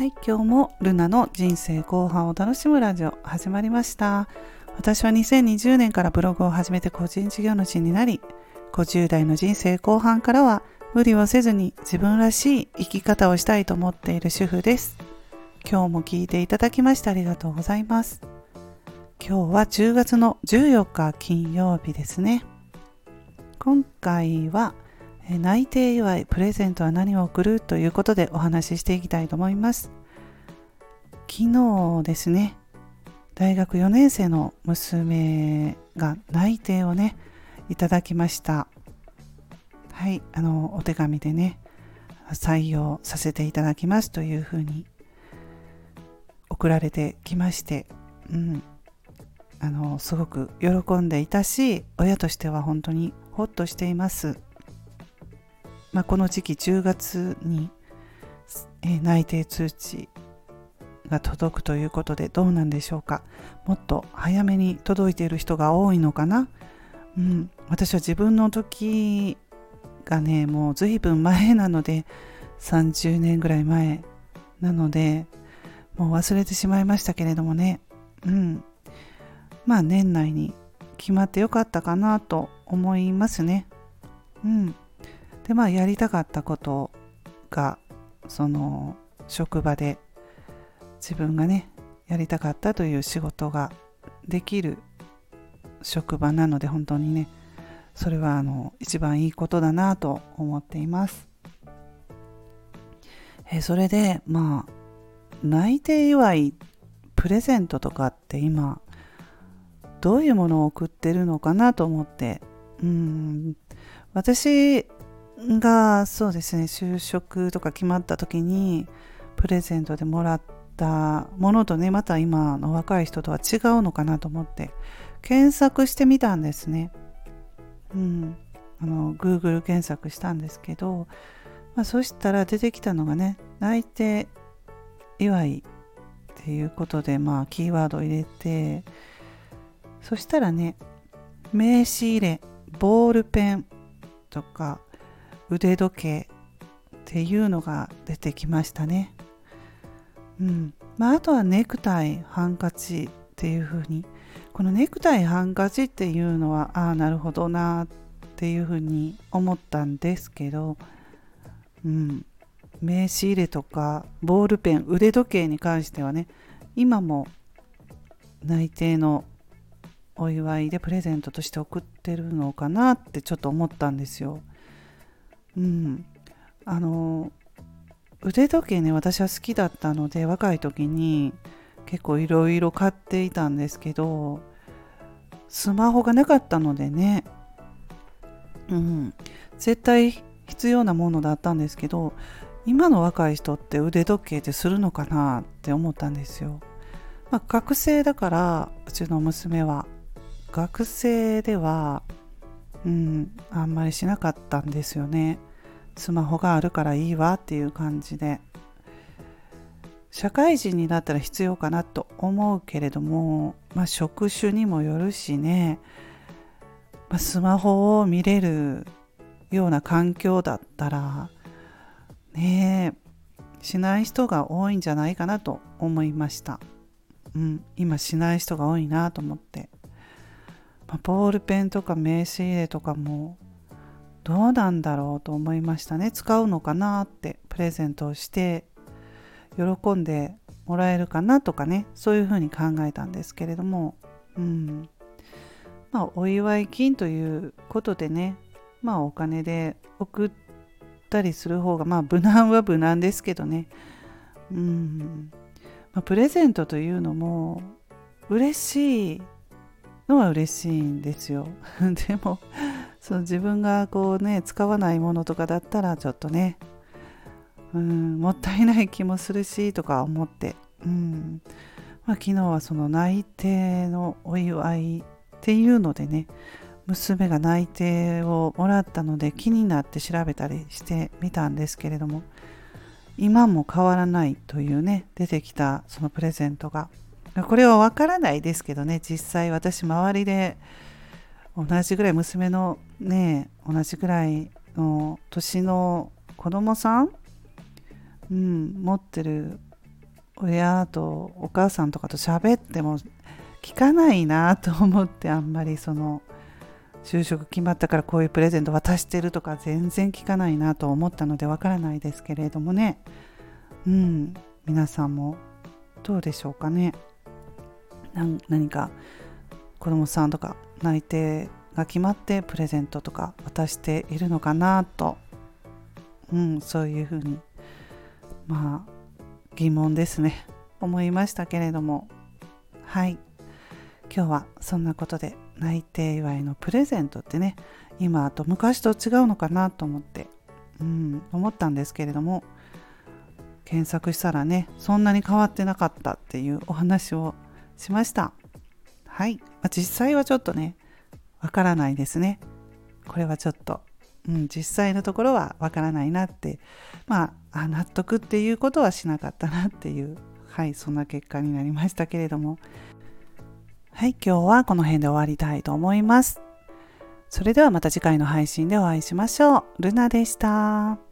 い、今日もルナの人生後半を楽しむラジオ始まりました。私は2020年からブログを始めて個人事業主になり、50代の人生後半からは無理をせずに自分らしい生き方をしたいと思っている主婦です。今日も聞いていただきましてありがとうございます。今日は10月の14日金曜日ですね。今回は内定祝いプレゼントは何を贈るということでお話ししていきたいと思います。昨日ですね、大学4年生の娘が内定をねいただきました。はい、お手紙でね採用させていただきますというふうに送られてきまして、すごく喜んでいたし、親としては本当にほっとしています。この時期10月に、内定通知が届くということでどうなんでしょうか。もっと早めに届いている人が多いのかな。私は自分の時がねもうずいぶん前なので、30年ぐらい前なのでもう忘れてしまいましたけれどもね、年内に決まってよかったかなと思いますね。でやりたかったことがその職場で自分がねやりたかったという仕事ができる職場なので、本当にねそれは一番いいことだなと思っています。それで内定祝いプレゼントとかって今どういうものを送ってるのかなと思って、私がそうですね、就職とか決まった時にプレゼントでもらったものとね、また今の若い人とは違うのかなと思って検索してみたんですね。Google 検索したんですけど、そしたら出てきたのがね、内定祝いっていうことでキーワードを入れて、そしたらね、名刺入れ、ボールペンとか腕時計っていうのが出てきましたね。あとはネクタイ、ハンカチっていう風に、このネクタイ、ハンカチっていうのはなるほどなっていう風に思ったんですけど、名刺入れとかボールペン、腕時計に関してはね、今も内定のお祝いでプレゼントとして送ってるのかなってちょっと思ったんですよ。腕時計ね、私は好きだったので若い時に結構いろいろ買っていたんですけど、スマホがなかったのでね、絶対必要なものだったんですけど、今の若い人って腕時計ってするのかなって思ったんですよ。学生だから、うちの娘は学生ではあんまりしなかったんですよね。スマホがあるからいいわっていう感じで、社会人になったら必要かなと思うけれども、職種にもよるしね、スマホを見れるような環境だったらねしない人が多いんじゃないかなと思いました。今しない人が多いなと思って、ボールペンとか名刺入れとかもどうなんだろうと思いましたね。使うのかなって、プレゼントをして喜んでもらえるかなとかね、そういうふうに考えたんですけれども、お祝い金ということでね、お金で送ったりする方が無難は無難ですけどね、プレゼントというのも嬉しいのは嬉しいんですよ。でも自分が使わないものとかだったらちょっとね、もったいない気もするしとか思って、昨日はその内定のお祝いっていうのでね、娘が内定をもらったので気になって調べたりしてみたんですけれども、今も変わらないというね、出てきたそのプレゼントが、これはわからないですけどね、実際私周りで同じぐらい、娘のね同じぐらいの年の子供さん、持ってる親とお母さんとかと喋っても聞かないなと思って、あんまりその就職決まったからこういうプレゼント渡してるとか全然聞かないなと思ったのでわからないですけれどもね。皆さんもどうでしょうかね。何か子供さんとか内定が決まってプレゼントとか渡しているのかなと、そういうふうに疑問ですね、思いましたけれども、はい、今日はそんなことで内定祝いのプレゼントってね、今と昔と違うのかなと思って、思ったんですけれども、検索したらね、そんなに変わってなかったっていうお話をしました。はい、実際はちょっとねわからないですね。これはちょっと、実際のところはわからないなって、納得っていうことはしなかったなっていう、そんな結果になりましたけれども、今日はこの辺で終わりたいと思います。それではまた次回の配信でお会いしましょう。ルナでした。